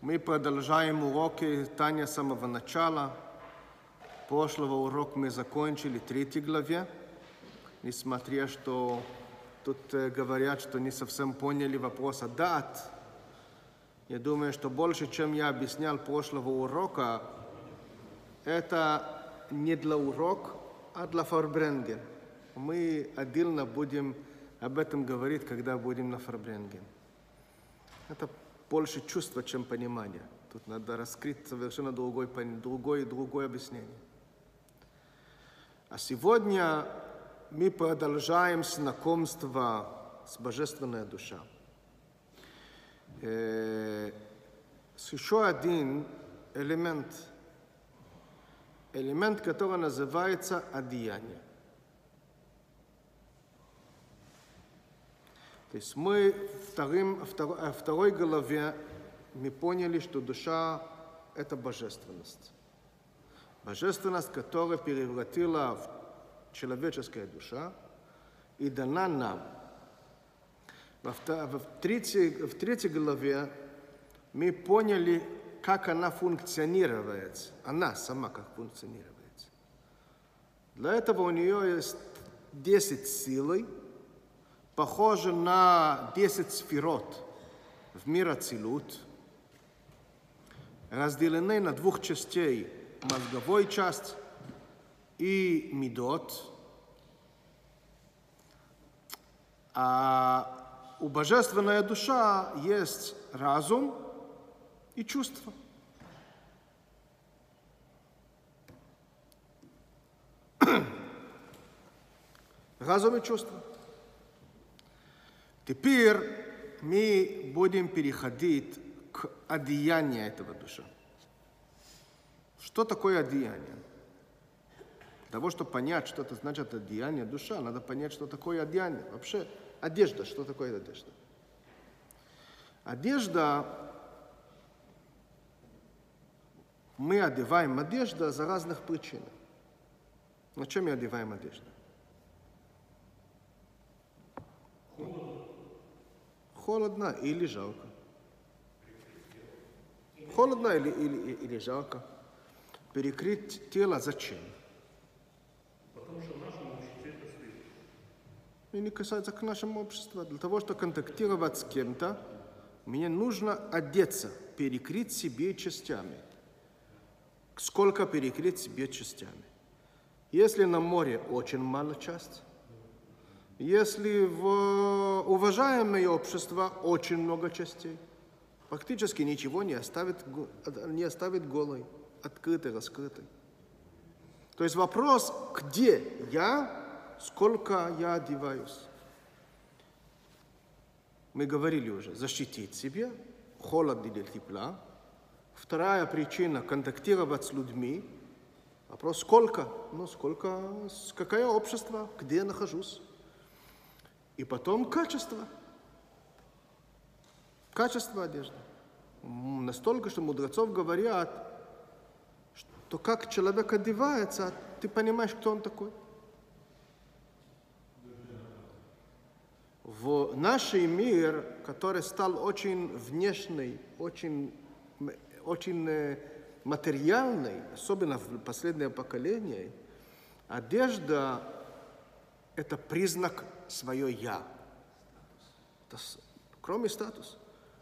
Мы продолжаем уроки Таня с самого начала. Прошлого урока мы закончили 3 главе. Несмотря, что тут говорят, что не совсем поняли вопрос о дат. Я думаю, что больше, чем я объяснял прошлого урока, это не для урока, а для Форбренген. Мы отдельно будем об этом говорить, когда будем на Форбренген. Это больше чувства, чем понимание. Тут надо раскрыть совершенно другое объяснение. А сегодня мы продолжаем знакомство с Божественной душой. С еще один элемент, который называется одеяние. То есть мы в второй главе мы поняли, что душа – это божественность. Божественность, которая превратила в человеческая душа и дана нам. В третьей главе мы поняли, как она функционирует, она сама как функционирует. Для этого у нее есть 10 сил, похоже на 10 сферот в мир Ацилут, разделены на 2 частей, мозговой часть и мидот. А у божественной душа есть разум и чувство. Разум и чувство. Теперь мы будем переходить к одеянию этого души. Что такое одеяние? Для того, чтобы понять, что это значит одеяние душа, надо понять, что такое одеяние. Вообще, одежда, что такое одежда? Одежда, мы одеваем одежду за разных причин. На чем мы одеваем одежду? Холодно или жалко? Холодно или жалко? Перекрыть тело зачем? Потому что в нашем обществе это стыдно. И не касается к нашему обществу. Для того, чтобы контактировать с кем-то, мне нужно одеться, перекрыть себе частями. Сколько перекрыть себе частями? Если на море очень мало часть, если в уважаемое общество очень много частей, практически ничего не оставит голой, открытой, раскрытой. То есть вопрос, где я, сколько я одеваюсь. Мы говорили уже, защитить себя, холод или тепла. Вторая причина – контактировать с людьми. Вопрос, сколько? Какое общество, где я нахожусь. И потом качество. Качество одежды. Настолько, что мудрецов говорят, что как человек одевается, ты понимаешь, кто он такой. В наш мир, который стал очень внешний, очень материальный, особенно в последнее поколение, одежда – это признак свое «я». Это, кроме статуса.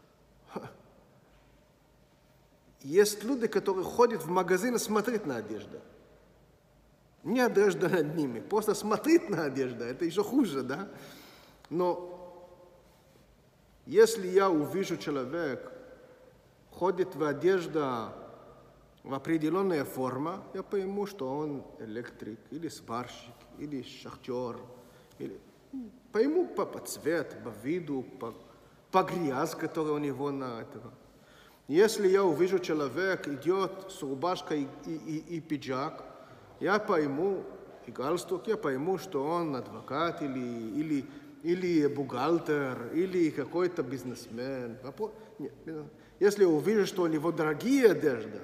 Есть люди, которые ходят в магазин и смотрят на одежду. Не одежда над ними, просто смотреть на одежду, это еще хуже, да? Но если я увижу человека, ходит в одежду в определенная форма, я пойму, что он электрик, или сварщик, или шахтер. Пойму по цвету, по виду, по грязи, которая у него на этом. Если я увижу человек идет с рубашкой и пиджак, я пойму, и галстук, я пойму, что он адвокат или бухгалтер, или какой-то бизнесмен. Если я увижу, что у него дорогие одежды,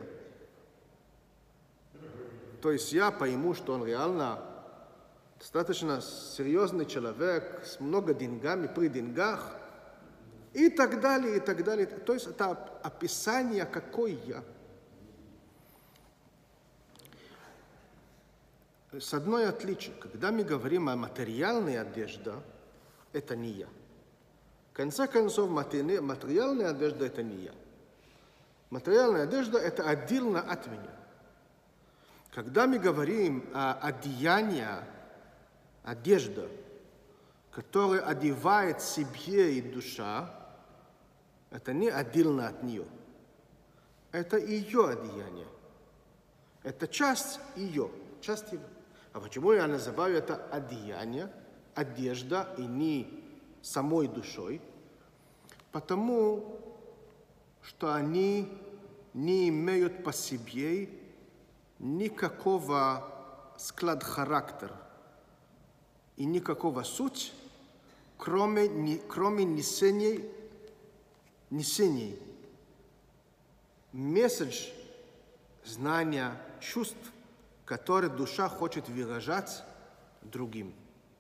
то есть я пойму, что он реально достаточно серьезный человек, с много деньгами, при деньгах, И так далее, и так далее. То есть это описание, какой я. С одной отличием. Когда мы говорим о материальной одежде, это не я. В конце концов, материальная одежда – это не я. Материальная одежда – это отдельно от меня. Когда мы говорим о одеянии, одежда, которая одевает себе и душа, это не отдельно от нее. Это ее одеяние. Это часть ее, часть его. А почему я называю это одеяние, одежда и не самой душой? Потому что они не имеют по себе никакого склада характера и никакого суть, кроме несения месседж, знания, чувств, которые душа хочет выражать другим.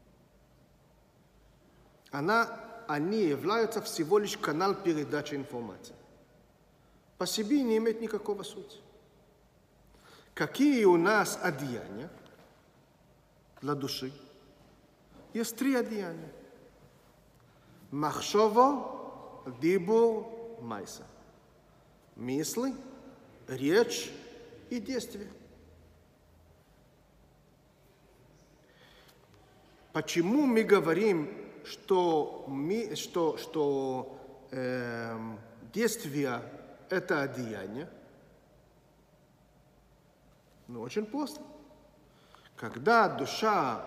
Они являются всего лишь канал передачи информации. По себе не имеют никакого сути. Какие у нас одеяния для души? Есть 3 одеяния. Махшово, дибур, майса. Мысли, речь и действие. Почему мы говорим, что действие – это одеяние? Очень просто. Когда душа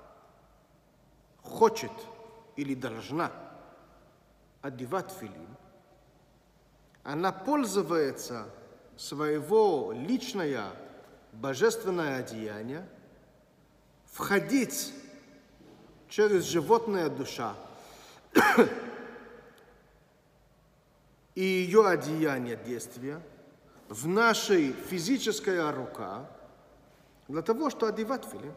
хочет или должна одевать тфилин, она пользуется своего личное божественное одеяние, входить через животная душа и ее одеяние действия в нашей физическая рука для того, чтобы одевать тфилин.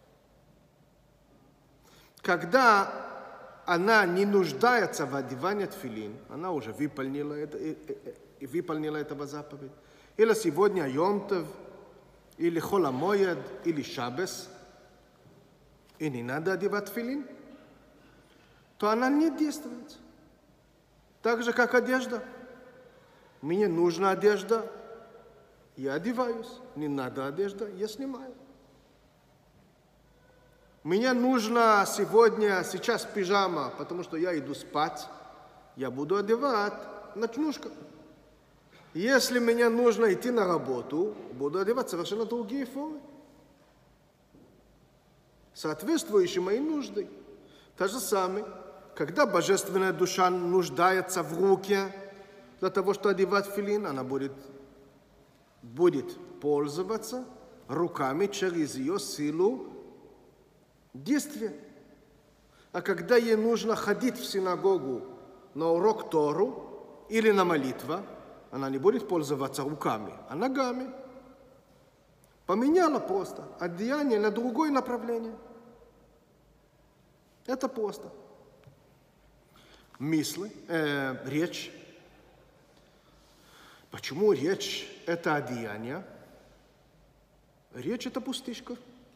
Когда она не нуждается в одевании тфилин, она уже выполнила этого заповедь. Или сегодня Йом Тов, или Хол ха-Моед, или Шабес, и не надо одевать тфилин, то она не действует. Так же, как одежда. Мне нужна одежда, я одеваюсь. Не надо одежда, я снимаю. Мне нужна сейчас пижама, потому что я иду спать. Я буду одевать ночнушку. Если мне нужно идти на работу, буду одевать совершенно другие формы, соответствующие моей нужде. То же самое, когда божественная душа нуждается в руке для того, чтобы одевать тфилин, она будет пользоваться руками через ее силу действия. А когда ей нужно ходить в синагогу на урок Тору или на молитву, она не будет пользоваться руками, а ногами. Поменяла просто одеяние на другое направление. Это просто. Речь. Почему речь – это одеяние? Речь – это пустышка.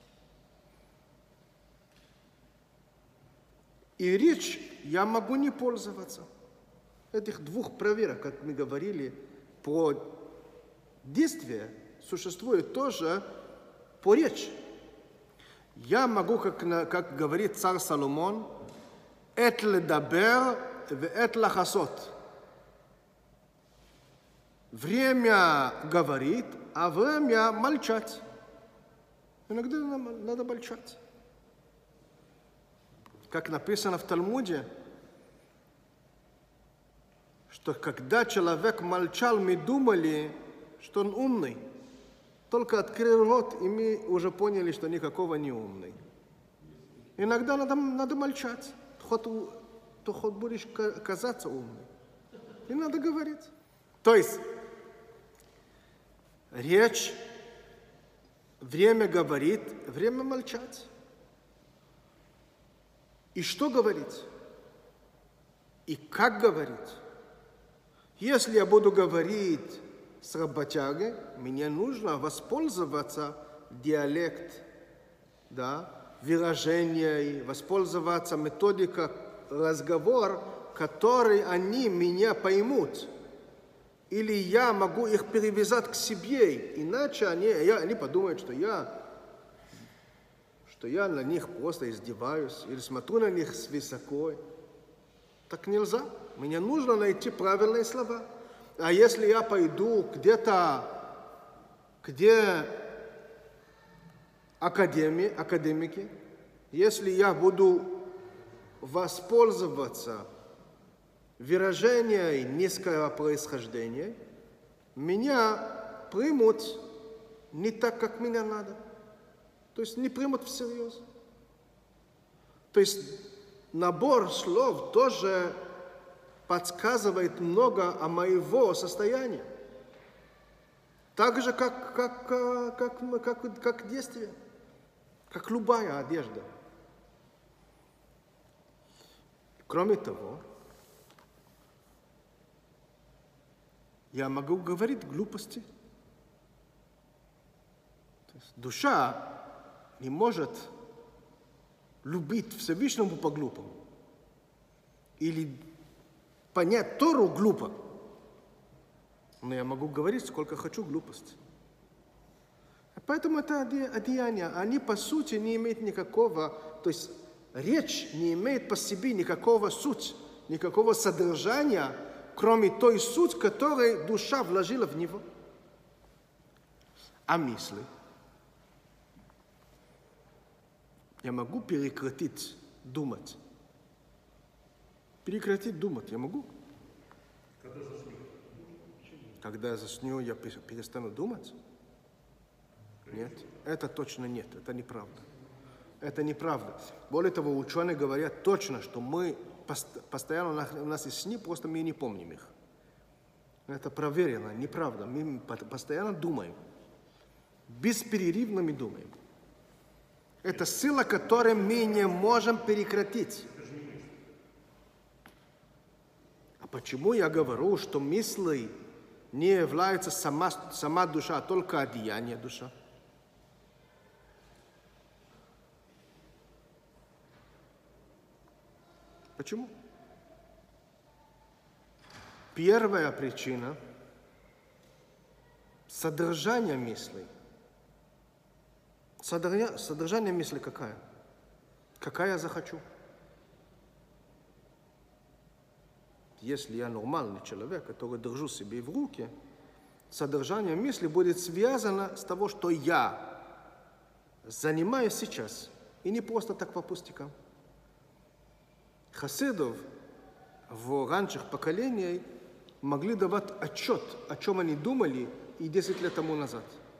И речь я могу не пользоваться. Этих 2 проверок, как мы говорили, про действие существует тоже по речи. Я могу, как говорит царь Соломон, «Эт ледабер веэт лахасот». Время говорит, а время молчать. Иногда надо молчать. Как написано в Талмуде, что когда человек молчал, мы думали, что он умный. Только открыл рот, и мы уже поняли, что никакого не умный. Иногда надо молчать, хоть будешь казаться умным. И надо говорить. То есть речь, время говорит, время молчать. И что говорить? и как говорить. Если я буду говорить с работягой, мне нужно воспользоваться диалект, да, выражением, воспользоваться методикой разговора, который они меня поймут. Или я могу их перевязать к себе, иначе они подумают, что я на них просто издеваюсь или смотрю на них свысоко. Так нельзя. Мне нужно найти правильные слова. А если я пойду где-то, где академики, если я буду воспользоваться выражением низкого происхождения, меня примут не так, как меня надо. То есть не примут всерьез. То есть набор слов тоже подсказывает много о моего состоянии. Так же, как действие, как любая одежда. Кроме того, я могу говорить глупости. То есть душа не может любить Всевышнему по-глупому. Или понять Тору глупо. Но я могу говорить, сколько хочу глупости. Поэтому это одеяния. Они, по сути, не имеют никакого... То есть речь не имеет по себе никакого сути, никакого содержания, кроме той сути, которую душа вложила в него. А мысли? Я могу прекратить думать. Прекратить думать я могу? Когда я засню, я перестану думать? Нет, это точно нет, это неправда. Это неправда. Более того, ученые говорят точно, что мы постоянно, у нас есть сны, просто мы не помним их. Это проверено, неправда. Мы постоянно думаем. Бесперерывно мы думаем. Это сила, которую мы не можем прекратить. А почему я говорю, что мысли не являются сама душа, а только одеяние душа? Почему? Первая причина – содержание мыслей. Содержание мысли какая? Какая я захочу? Если я нормальный человек, который держу себе в руки, содержание мысли будет связано с того, что я занимаюсь сейчас, и не просто так по пустякам. Хасидов в ранних поколениях могли давать отчет, о чем они думали и 10 лет тому назад.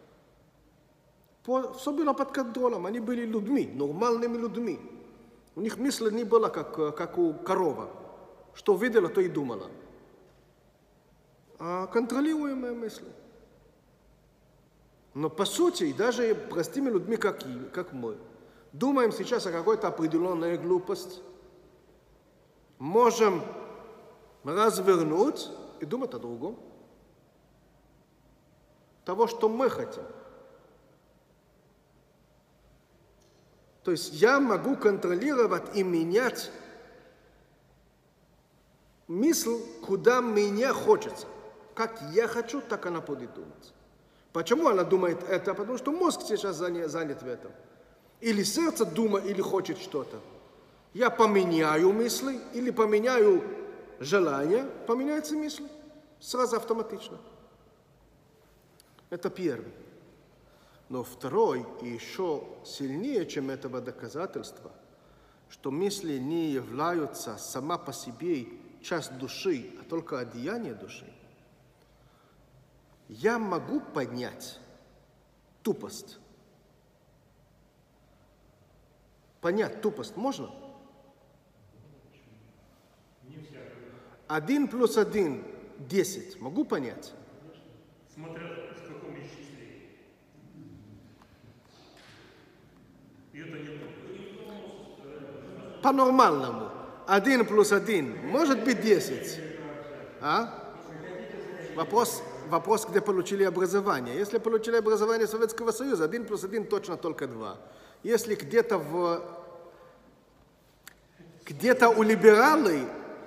Все было под контролем, они были людьми, нормальными людьми. У них мысли не было, как у коровы. Что видела, то и думала. А контролируемые мысли. Но по сути, даже простыми людьми, как мы, думаем сейчас о какой-то определенной глупости, можем развернуть и думать о другом. Того, что мы хотим. То есть я могу контролировать и менять мысль, куда мне хочется. Как я хочу, так она будет думать. Почему она думает это? Потому что мозг сейчас занят в этом. Или сердце думает, или хочет что-то. Я поменяю мысли, или поменяю желание, поменяется мысль. Сразу автоматично. Это первый. Но второй, и еще сильнее, чем этого доказательства, что мысли не являются сама по себе часть души, а только одеяние души. Я могу поднять тупость. Понять тупость можно? 1 + 1 = 10. Могу понять? Смотря в каком исчислении. И это не то. По-нормальному. 1 плюс 1 может быть 10? А? Вопрос, где получили образование. Если получили образование Советского Союза, 1 плюс 1 точно только 2. Если где-то у либералов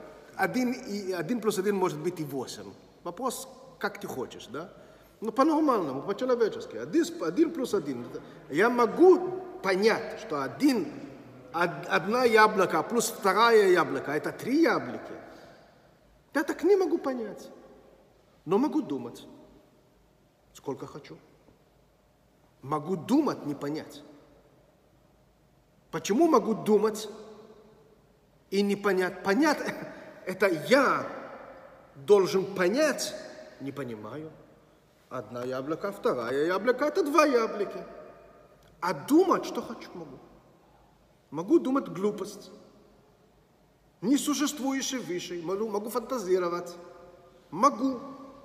1 плюс 1 может быть и 8. Вопрос, как ты хочешь, да? Ну, по-нормальному, по-человечески. 1 плюс 1. Я могу понять, что одна яблоко плюс вторая яблоко, это 3 яблоки. Я так не могу понять. Но могу думать, сколько хочу. Могу думать, не понять. Почему могу думать и не понять? Понять – это я должен понять, не понимаю. Одна яблоко, вторая яблоко – это 2 яблоки. А думать, что хочу, могу. Могу думать глупость. Несуществующие вещи. Могу фантазировать. Могу.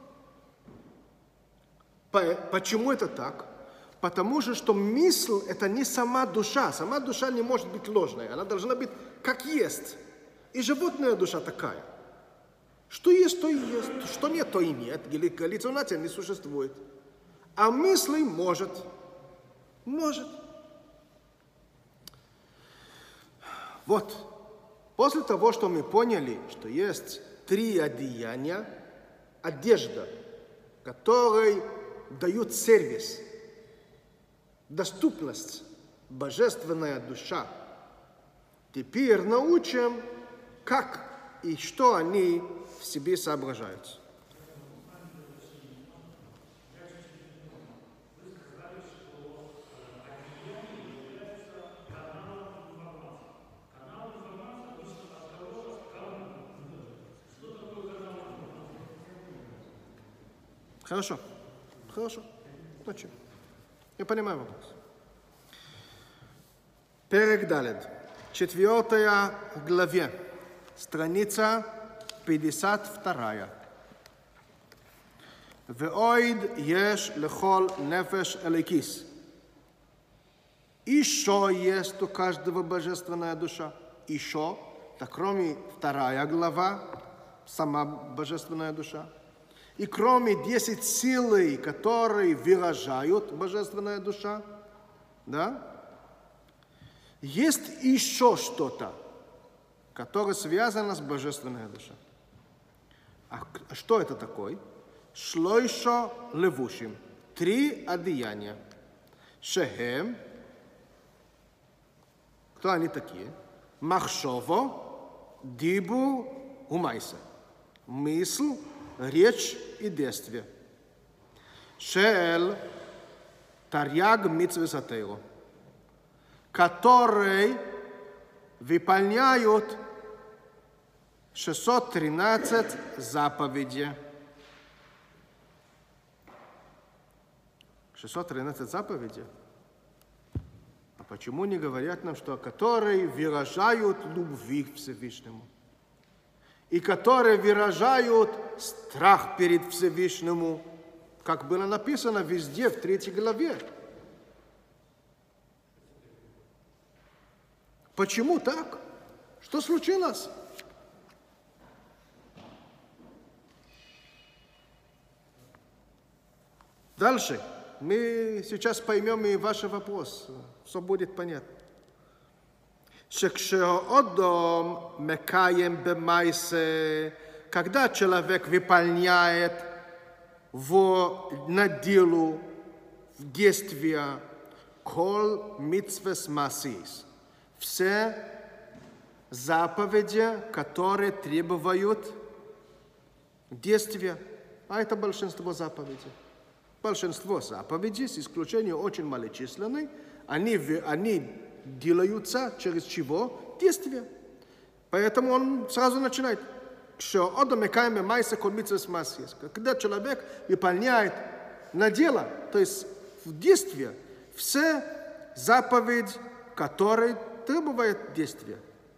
Почему это так? Потому что мысль – это не сама душа. Сама душа не может быть ложной. Она должна быть как есть. И животная душа такая. Что есть, то и есть. Что нет, то и нет. Галлюцинация не существует. А мысль может. Может. Вот. После того, что мы поняли, что есть 3 одеяния, одежда, которые дают сервис, доступность, божественная душа. Теперь научим, как и что они в себе соображают. Хорошо. Значит, я понимаю вопрос. Перек Далед. 4 главе. Страница 52. Веоид еш лехол нефеш эликис. Еще есть у каждого божественная душа. Еще, так кроме 2 глава, сама божественная душа. И кроме 10 силы, которые выражают божественная душа, да, есть еще что-то, которое связано с божественной душой. А что это такое? Шлойшо левушим. 3 одеяния. Шехем. Кто они такие? Махшово, дибу, умайса. Мысль, речь и действие. Шел тарьяг митцвесатейро, которые выполняют 613 заповедей. 613 заповедей? А почему не говорят нам, что которые выражают любви к Всевышнему? И которые выражают страх перед Всевышнему, как было написано везде в 3 главе. Почему так? Что случилось? Дальше. Мы сейчас поймем и ваш вопрос. Все будет понятно. Шекшеодом мекаем бемайсе, когда человек выполняет на делу, в действия, кол митцвес масис, все заповеди, которые требуют действия, а это большинство заповедей. Большинство заповедей, с исключением очень малочисленной, они делаются через чего? Действия. Поэтому он сразу начинает. Когда человек выполняет на дело, то есть в действие, все заповеди, которые требуют действия.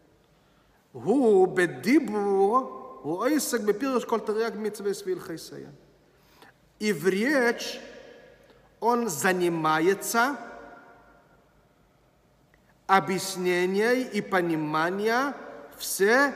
И в речь он занимается объяснением и пониманием все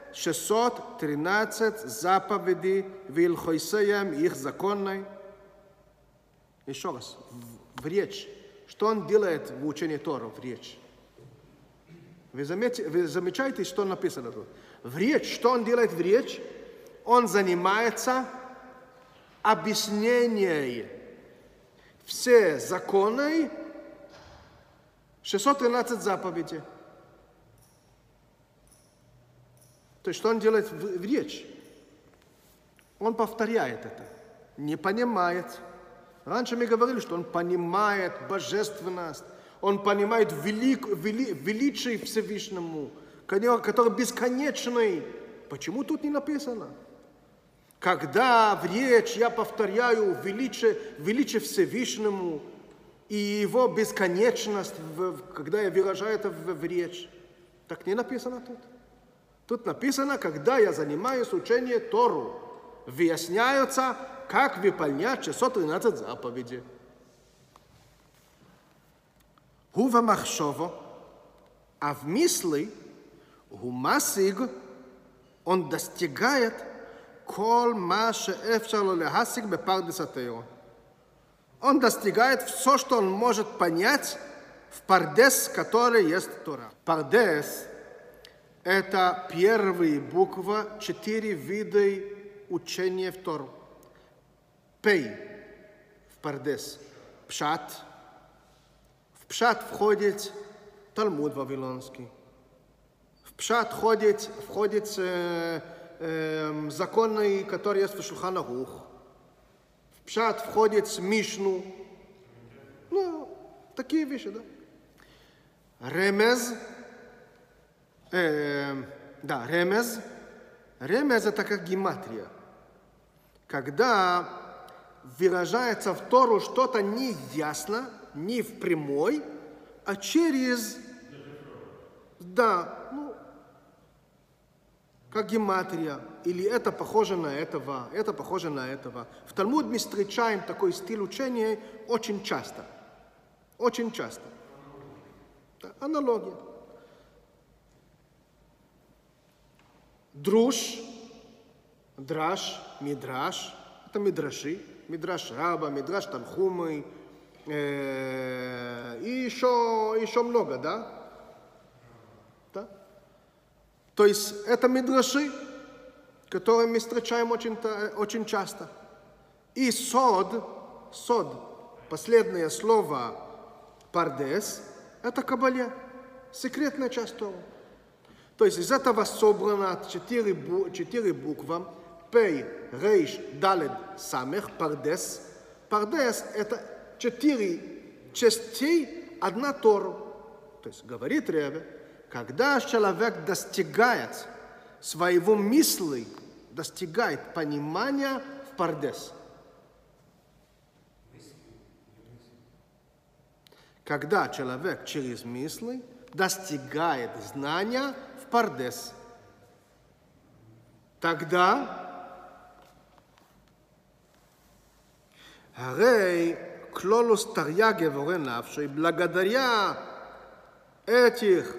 613 заповедей в Илхойсеям, их законной. Еще раз, в речь. Что он делает в учении Торы, в речь? Вы замечаете, что написано тут? В речь, что он делает в речь? Он занимается объяснением все законы 613 заповедей. То есть, что он делает в речь? Он повторяет это, не понимает. Раньше мы говорили, что он понимает божественность, он понимает величие Всевышнему, который бесконечный. Почему тут не написано? Когда в речь я повторяю величие Всевышнему и его бесконечность, когда я выражаю это в речь, так не написано тут. Тут написано, когда я занимаюсь учением Тору, выясняется, как выполнять 613 заповедей. Хува махшово, а в мысли гумасиг он достигает кол маше эфшало лехасиг бепардес атео. Он достигает все, что он может понять в пардес, который есть Тора. Пардес – это первая буква 4 вида учения в Тору. Пей в пардес. Пшат. В пшат входит Талмуд Вавилонский. В пшат входит законы, которые есть в Шулхан Арух. В пшат входит Мишну. Ну, такие вещи, да. Ремез. Ремез. Ремез – это как гематрия. Когда выражается в Тору что-то не ясно, не в прямой, а через... как гематрия. Или это похоже на этого, это похоже на этого. В Талмуд мы встречаем такой стиль учения очень часто. Очень часто. Аналогия. Друш, драш, мидраш. Это мидраши. Мидраш Раба, мидраш Танхумы. И еще много, да? То есть это мидраши, которые мы встречаем очень часто. И сод, последнее слово пардес, это кабале, секретная часть Торы. То есть из этого собрано 4 буквы, пей, рейш, далед, самех, пардес. Пардес – это 4 частей, одна Тора. То есть говорит Ребе, когда человек достигает своего мысли, достигает понимания в пардес. Когда человек через мысли достигает знания в пардес, тогда Арей клолус тарьяге воренавший, благодаря этих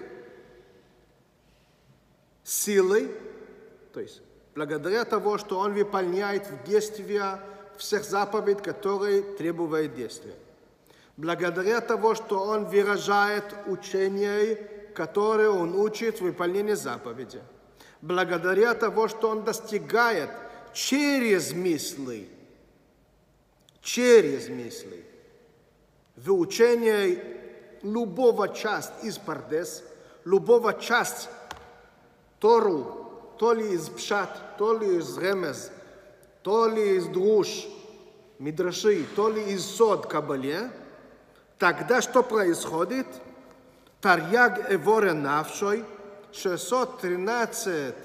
силой, то есть благодаря того, что он выполняет в действия всех заповедей, которые требуют действия. Благодаря того, что он выражает учение, которое он учит в выполнении заповеди. Благодаря того, что он достигает через мысли, в учении любого части из пардес, любого части Тору, то ли из пшат, то ли из ремез, то ли из друш, мидраши, то ли из сод кабале, тогда что происходит? Тарьяг эворе навшой, 613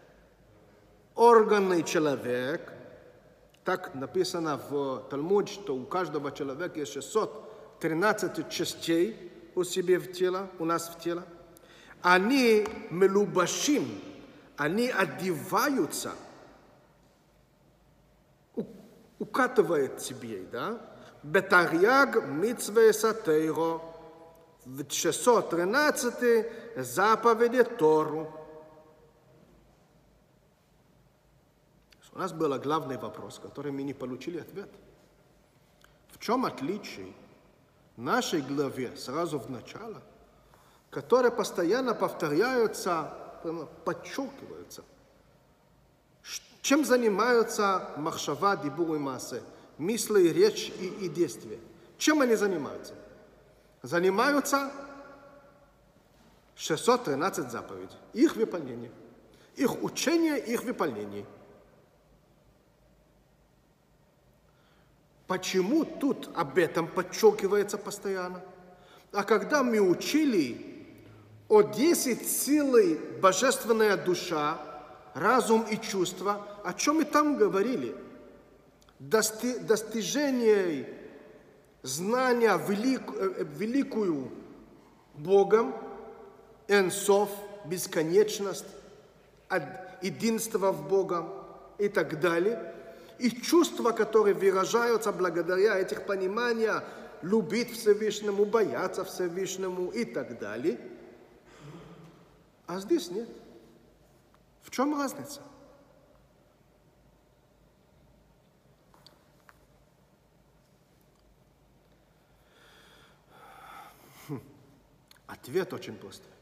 органы человек, так написано в Талмуде, что у каждого человека есть 613 частей у себя в теле, у нас в теле. Они мелубашим, они одеваются, укатывают себе, да? Бетарьяг митцве сатейро, в 613 заповеди Тору. У нас был главный вопрос, который мы не получили ответ. В чем отличие нашей главе сразу в начале, которые постоянно повторяются, подчеркиваются? Чем занимаются махшава, дибур и маасе, мысли, речь и действия? Чем они занимаются? Занимаются 613 заповедей, их выполнение, их учение, их выполнение. Почему тут об этом подчеркивается постоянно? А когда мы учили о 10 силах божественная душа, разум и чувства, о чем мы там говорили? Достижение знания великую Богом, Энсоф, бесконечность, единство в Богом и так далее. И чувства, которые выражаются благодаря этих понимания, любить Всевышнему, бояться Всевышнему и так далее. А здесь нет. В чем разница? Ответ очень простой.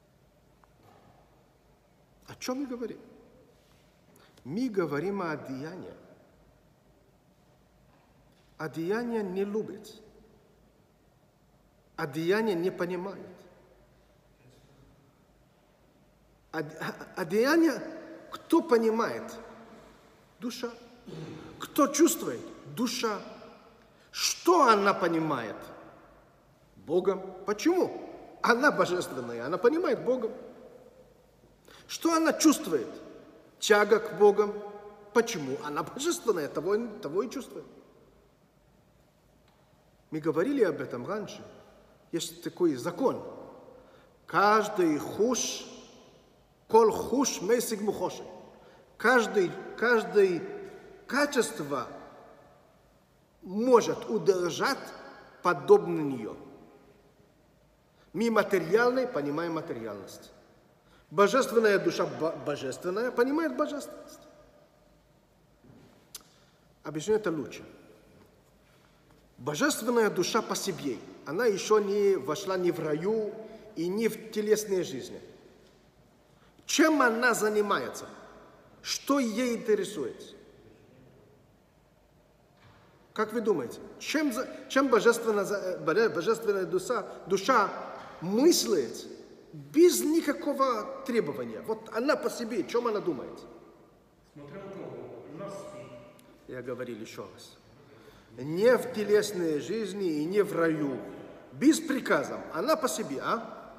О чем мы говорим? Мы говорим о деянии. А деяния не любят. А деяния не понимают. А деяния кто понимает? Душа. Кто чувствует? Душа. Что она понимает? Богом. Почему? Она божественная, она понимает Богом. Что она чувствует? Тяга к Богу. Почему? Она божественная, того и чувствует. Мы говорили об этом раньше. Есть такой закон. Каждый хуш, кол хуш месиг мухоши. Каждое качество может удержать подобно нее. Мы материальные понимаем материальность. Божественная душа божественная понимает божественность. Объясню это лучше. Божественная душа по себе, она еще не вошла ни в раю и ни в телесные жизни. Чем она занимается? Что ей интересует? Как вы думаете, чем божественная душа мыслит без никакого требования? Вот она по себе, о чем она думает? Смотря у кого. У нас спит. Я говорил еще раз. Не в телесной жизни и не в раю. Без приказа. Она по себе, а?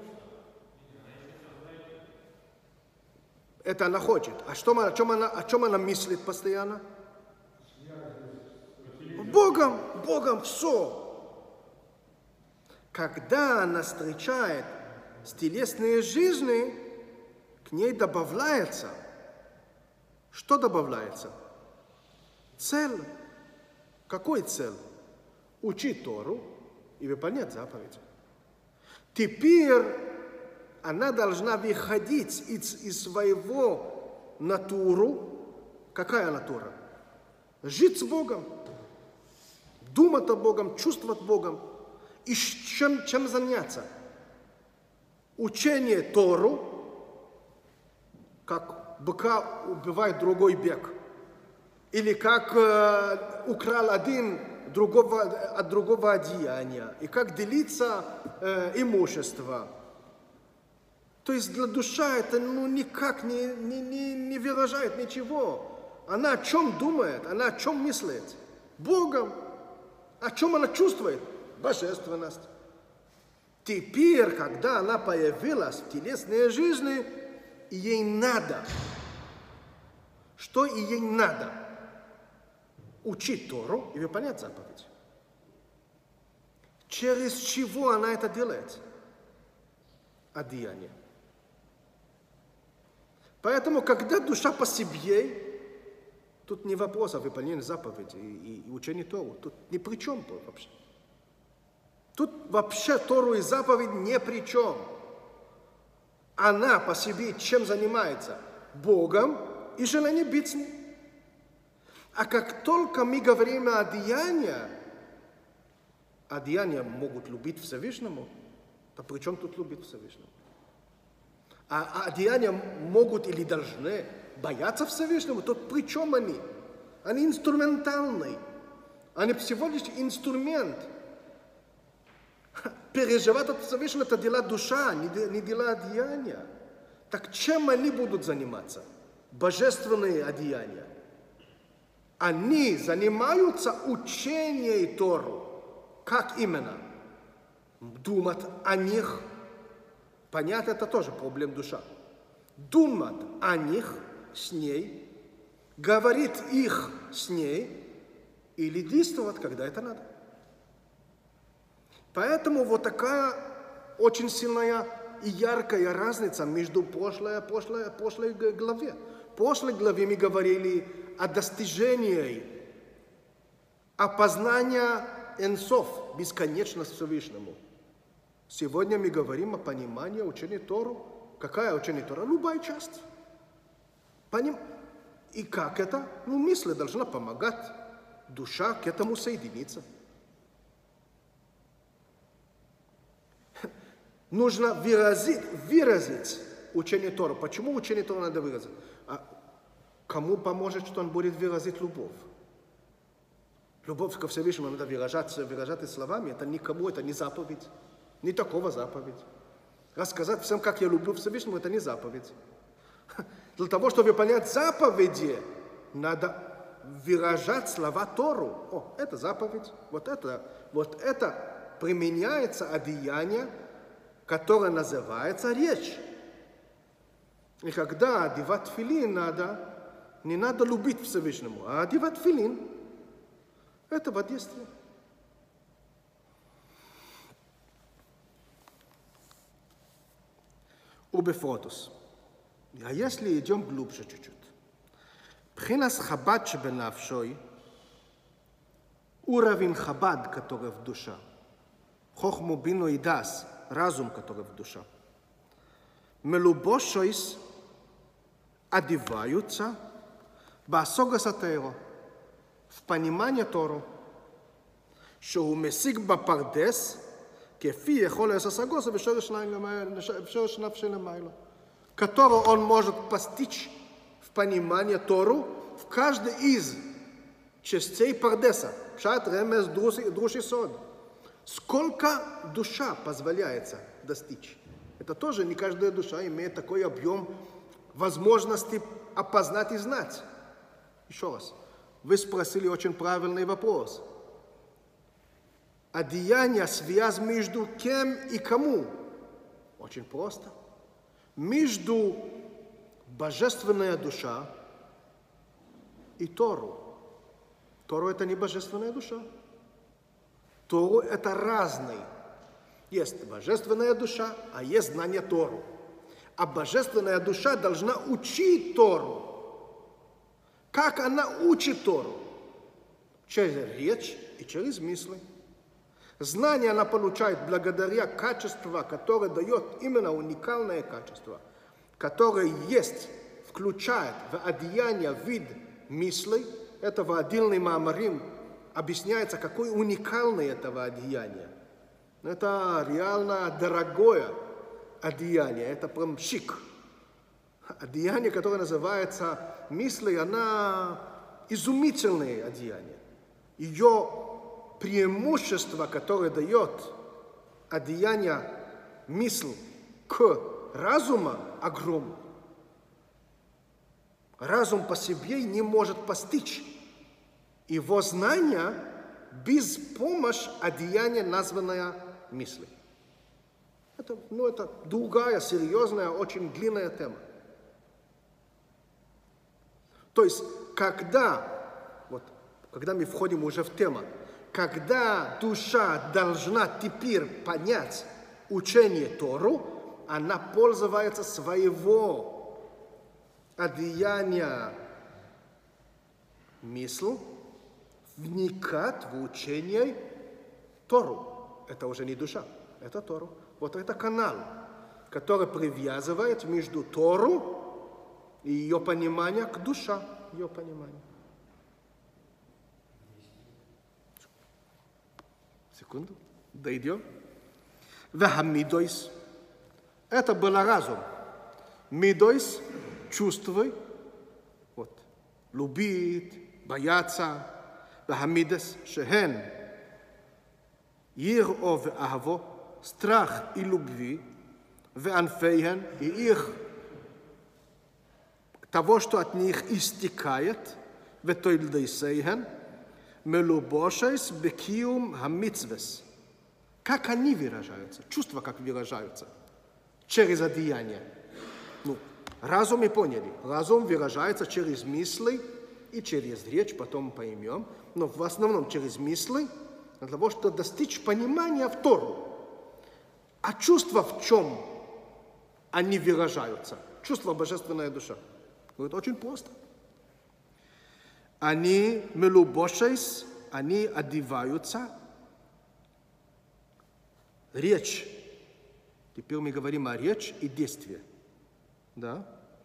Это она хочет. А о чем она мыслит постоянно? Богом все. Когда она встречает с телесной жизнью, к ней добавляется. Что добавляется? Цель. Какой цель? Учить Тору и выполнять заповеди. Теперь она должна выходить из своего натуру. Какая натура? Жить с Богом. Думать о Богом, чувствовать Богом. И чем заняться? Учение Тору, как быка убивает другой бык. Или как украл один от другого одеяния. И как делиться имущество. То есть для души это никак не выражает ничего. Она о чем думает? Она о чем мыслит? Богом. О чем она чувствует? Божественность. Теперь, когда она появилась в телесной жизни, ей надо. Что ей надо? Учить Тору и выполнять заповедь. Через чего она это делает? Одеяние. Поэтому, когда душа по себе, тут не вопрос о выполнении заповедей и учении Тору. Тут ни при чем вообще. Тут вообще Тору и заповедь ни при чем. Она по себе чем занимается? Богом и желание быть с ним. А как только мы говорим о деяния могут любить Всевышнему, то при чем тут любить Всевышнему? А деяния могут или должны бояться Всевышнему, то при чем они? Они инструментальные. Они всего лишь инструмент. Переживать от Всевышнего – это дела душа, не дела одеяния. Так чем они будут заниматься? Божественные одеяния. Они занимаются учением Тору. Как именно? Думать о них. Понятно, это тоже проблема душа. Думать о них с ней, говорить их с ней или действовать, когда это надо. Поэтому вот такая очень сильная и яркая разница между прошлой главе. В прошлой главе мы говорили о достижении, о познании Энсов, бесконечность Всевышнему. Сегодня мы говорим о понимании учения Тору. Какая учение Тора? Любая часть. И как это? Мысль должна помогать. Душа к этому соединиться. Нужно выразить учение Тора. Почему учение Тора надо выразить? А кому поможет, что он будет выразить любовь? Любовь ко Всевышнему надо выражать словами. Это никому, это не заповедь. Не такого заповедь. Рассказать всем, как я люблю Всевышнего, это не заповедь. Для того, чтобы понять заповеди, надо выражать слова Тору. О, это заповедь. Вот это применяется одеяние, которое называется речь. И когда одевать тфилин не надо любить Всевышнему, а одевать тфилин – это воздействие. Убефотус. А если идем глубже чуть-чуть. Пхинас хабад шебенавшой, уровень хабад, который в душе, хохму бину и дас, разум, который в душе, мелубошойс одеваются басога сатейро, в понимание Тору, что у месик бапардес, כפי יכול לעשות הגוסה בשורש נפשי למעלה, которого он может постичь в понимании Тору в каждой из частей Пардеса, Пшат, Ремес, Друш и Сод. Сколько душа позволяется достичь? Это тоже не каждая душа имеет такой объем возможности опознать и знать. Еще раз, вы спросили очень правильный вопрос. Одеяние, связь между кем и кому? Очень просто. Между божественная душа и Тору. Тору – это не божественная душа. Тору – это разный. Есть божественная душа, а есть знание Тору. А божественная душа должна учить Тору. Как она учит Тору? Через речь и через мысли. Знание она получает благодаря качеству, которое дает именно уникальное качество, которое есть, включает в одеяние вид мыслей. Это в отдельный маамарим объясняется, какое уникальное этого одеяния. Это реально дорогое одеяние, это прям шик. Одеяние, которое называется мысли, она изумительное одеяние. Ее преимущество, которое дает одеяние мысль к разуму, огромно. Разум по себе не может постичь его знания без помощи одеяния, названное мыслью. Это другая, серьезная, очень длинная тема. То есть, когда мы входим уже в тему, когда душа должна теперь понять учение Тору, она пользуется своего одеяния мысль, вникать в учение Тору. Это уже не душа, это Тору. Вот это канал, который привязывает между Тору и ее пониманием к душе, ее пониманию. Секунду. Дойдем. Вехамидойс. Это был разум. Мидойс – чувствуй. Вот. Любит, бояться. Вехамидес – шехен. Иро веахво. Страх и любви. Веанфейхен. И их того, что от них истекает. Ветойлдейсейхен. Мелубошайс бекиум хамицвес. Как они выражаются? Чувства как выражаются? Через одеяние. Разум мы поняли. Разум выражается через мысли и через речь, потом поймем. Но в основном через мысли, для того, чтобы достичь понимания в Тору. А чувства в чем они выражаются? Чувство божественная душа. Это очень просто. Они мелубошайс, они одеваются. Речь. Теперь мы говорим о речи и действии. Да?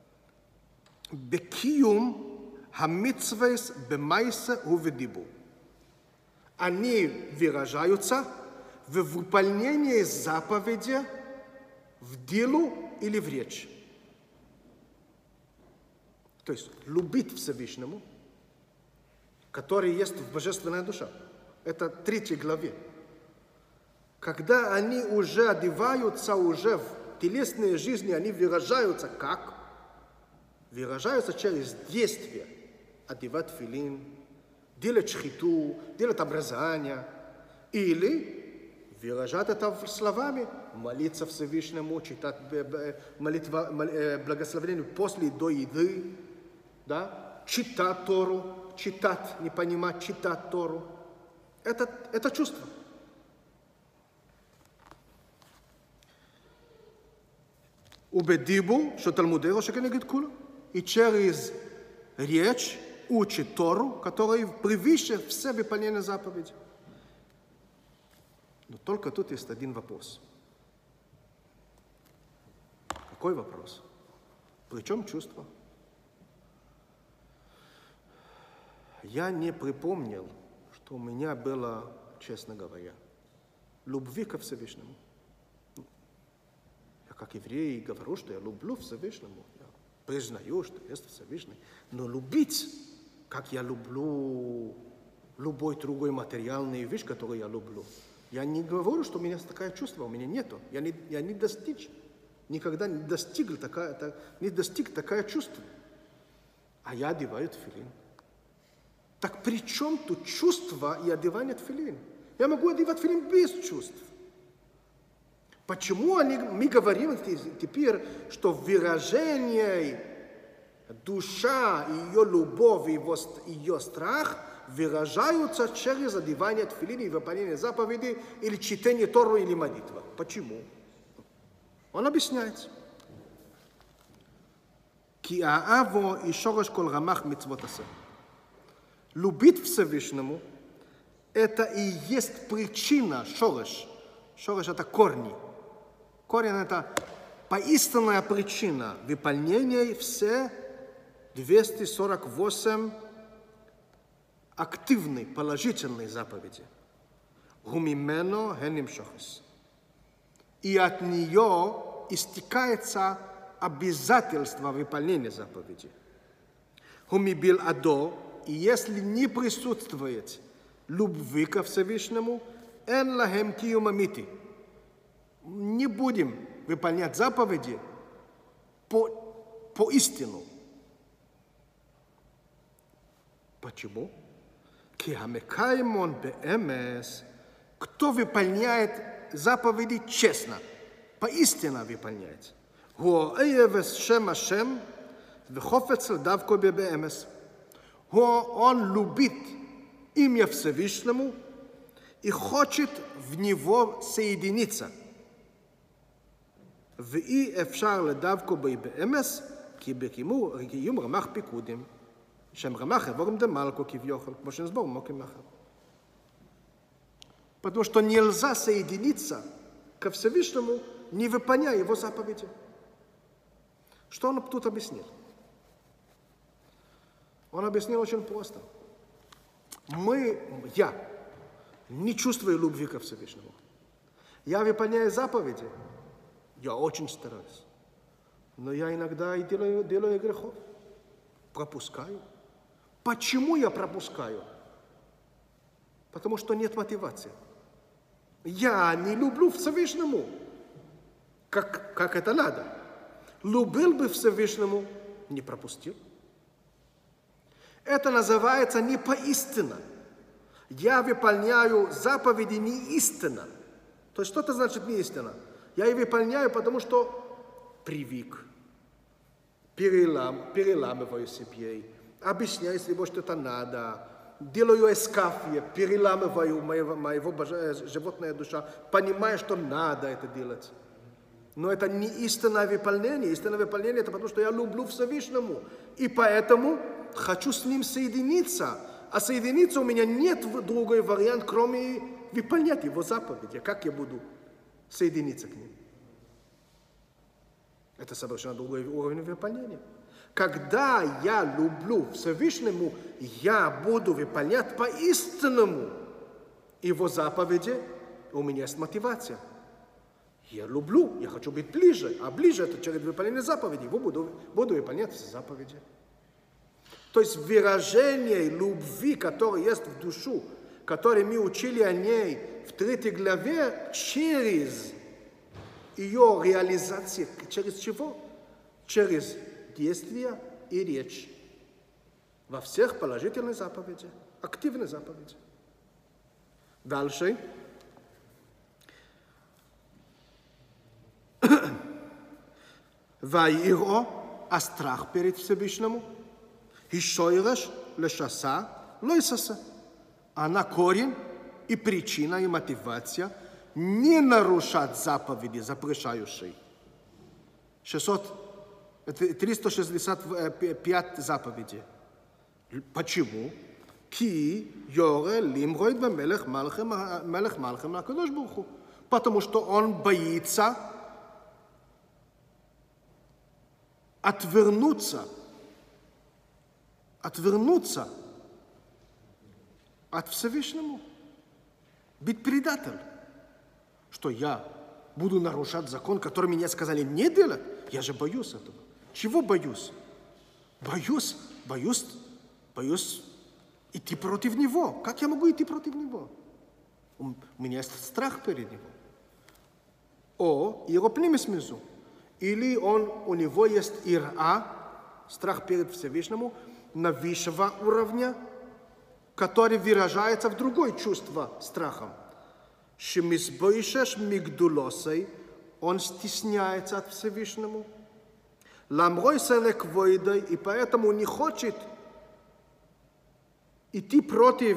Бекиум хамицвейс бемайса уведибу. Они выражаются в выполнении заповеди в делу или в речи. То есть любить Всевышнему, который есть в божественная душа. Это 3 главе. Когда они уже одеваются уже в телесной жизни, они выражаются как? Выражаются через действие. Одевать филин, делать шхиту, делать обрезание. Или выражать это словами, молиться Всевышнему, читать молитва, благословение после и до еды, да? Читать Тору. Читать, не понимать, читать Тору. Это чувство. Убедибу, что Талмуд Роша кенегед куло. И через речь учит Тору, которая превыше все выполнения заповедей. Но только тут есть один вопрос. Какой вопрос? Причем чувство? Я не припомнил, что у меня было, честно говоря, любви ко Всевышнему. Я как еврей говорю, что я люблю Всевышнему. Я признаю, что есть Всевышний. Но любить, как я люблю любой другой материальный вещь, которую я люблю, я не говорю, что у меня такое чувство, у меня нету. Я не достиг, никогда не достиг такое чувство. А я одеваю тфилин. Так при чем тут чувство и одевание тфилин? Я могу одевать тфилин без чувств. Почему мы говорим теперь, что выражение душа, ее любовь, ее страх выражаются через одевание тфилин и выполнение заповедей или чтение Торы или молитва? Почему? Он объясняет. Ки ааво и шореш кол рамах мицвот асе. Любить Всевышнему – это и есть причина, шореш. Шореш – это корни. Корень – это поистинная причина выполнения все 248 активной, положительной заповеди. Гумимено хеним шохес. И от нее истекается обязательство выполнения заповеди. Гумибил адо. И если не присутствует любви ко Всевышнему, эн лахем киюм амити. Не будем выполнять заповеди по истину. Почему? Ки хамекаймон беэмес. Кто выполняет заповеди честно, поистину выполняет. Гуо эевес шем ашем, вехофец лдавко беэмес. Он любит имя Всевышнему и хочет в него соединиться. ואי אפשר לדווקא באמס, כי בקיום רמ"ח פיקודים, שם רמ"ח יבורם דמלכו כביכול, כמו שנסבור מוקים מחר. Потому что нельзя соединиться ко Всевышнему, не выполняя его заповеди. Что он тут объяснил? Он объяснил очень просто. Я не чувствую любви ко Всевышнему. Я выполняю заповеди, я очень стараюсь. Но я иногда и делаю грехов, пропускаю. Почему я пропускаю? Потому что нет мотивации. Я не люблю Всевышнему, как это надо. Любил бы Всевышнему, не пропустил. Это называется не поистина. Я выполняю заповеди не истинно. То есть что это значит не истинно? Я их выполняю, потому что привык. Переламываю себе, объясняю себе, что это надо. Делаю эскафье, переламываю моего животная душа, понимая, что надо это делать. Но это не истинное выполнение. Истинное выполнение это потому, что я люблю Всевышнему. И поэтому хочу с ним соединиться. А соединиться у меня нет другой вариант, кроме выполнять его заповеди. Как я буду соединиться к ним? Это совершенно другой уровень выполнения. Когда я люблю Всевышнему, я буду выполнять по-истинному его заповеди, у меня есть мотивация. Я люблю, я хочу быть ближе, а ближе это через выполнение заповедей. Буду выполнять все заповеди. То есть выражение любви, которое есть в душу, которое мы учили о ней в 3 главе, через ее реализацию. Через чего? Через действия и речь. Во всех положительных заповедях, активных заповедях. Дальше. Ваиро, а страх перед Всевышнему. Ишойреш лешаса лойсаса. Она корень и причина и мотивация не нарушать заповеди, запрещающие. 365 заповедей. Почему? Ки йоре лимройд мелех малхем акадош барух. Потому что он боится отвернуться от Всевышнему, быть предателем. Что я буду нарушать закон, который мне сказали не делать? Я же боюсь этого. Чего боюсь? Боюсь идти против него. Как я могу идти против него? У меня есть страх перед ним. О, его племя или у него есть ира, страх перед Всевышнему, на высшего уровня, который выражается в другое чувство страхом. Шемисбойшеш мигдулосой, он стесняется от Всевышнему. Ламрой сенек войдой, и поэтому не хочет идти против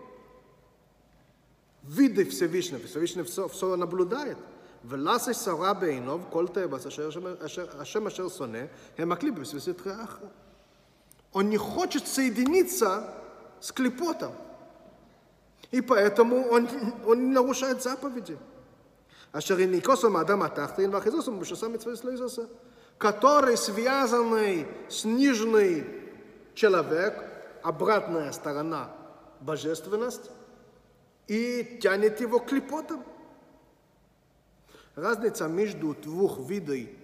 вида Всевышнего. Всевышний все наблюдает. ולעשה שרה בעיניו, כל תאבס השם אשר שונא, הם מקליב בסתרי אחר. Он не хочет соединиться с клепотом. И поэтому он не нарушает заповеди. אשר יניקוסו מאדם התחתין, ואחיזוסו בשוסה מצווה לא יזוסה. Который связанный с нижней человек, обратная сторона божественность, и тянет его к клепотам. Разница между двух видов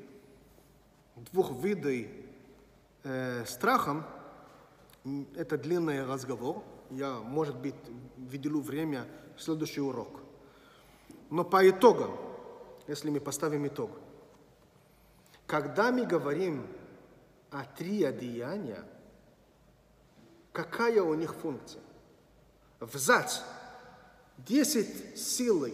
страхом, это длинный разговор. Я, может быть, выделю время в следующий урок. Но по итогам, если мы поставим итог, когда мы говорим о 3 одеяния, какая у них функция? Взять 10 силой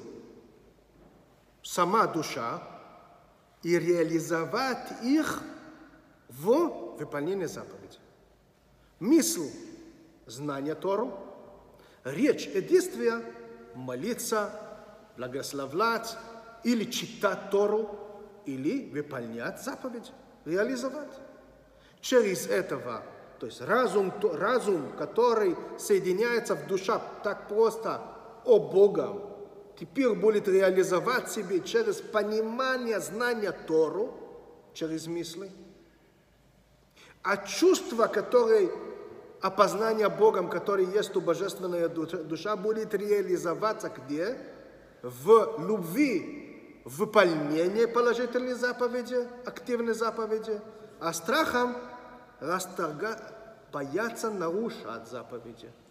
сама душа и реализовать их в выполнении заповедей. Мысль – знание Тору, речь и действия – молиться, благословлять или читать Тору, или выполнять заповедь, реализовать. Через этого, то есть разум, который соединяется в душе так просто о Богом, теперь будет реализовать себе через понимание, знание Тору, через мысли. А чувства, которые опознание Богом, который есть у божественная душа, будет реализоваться где? В любви, в выполнении положительной заповеди, активной заповеди, а страхом бояться нарушать заповеди.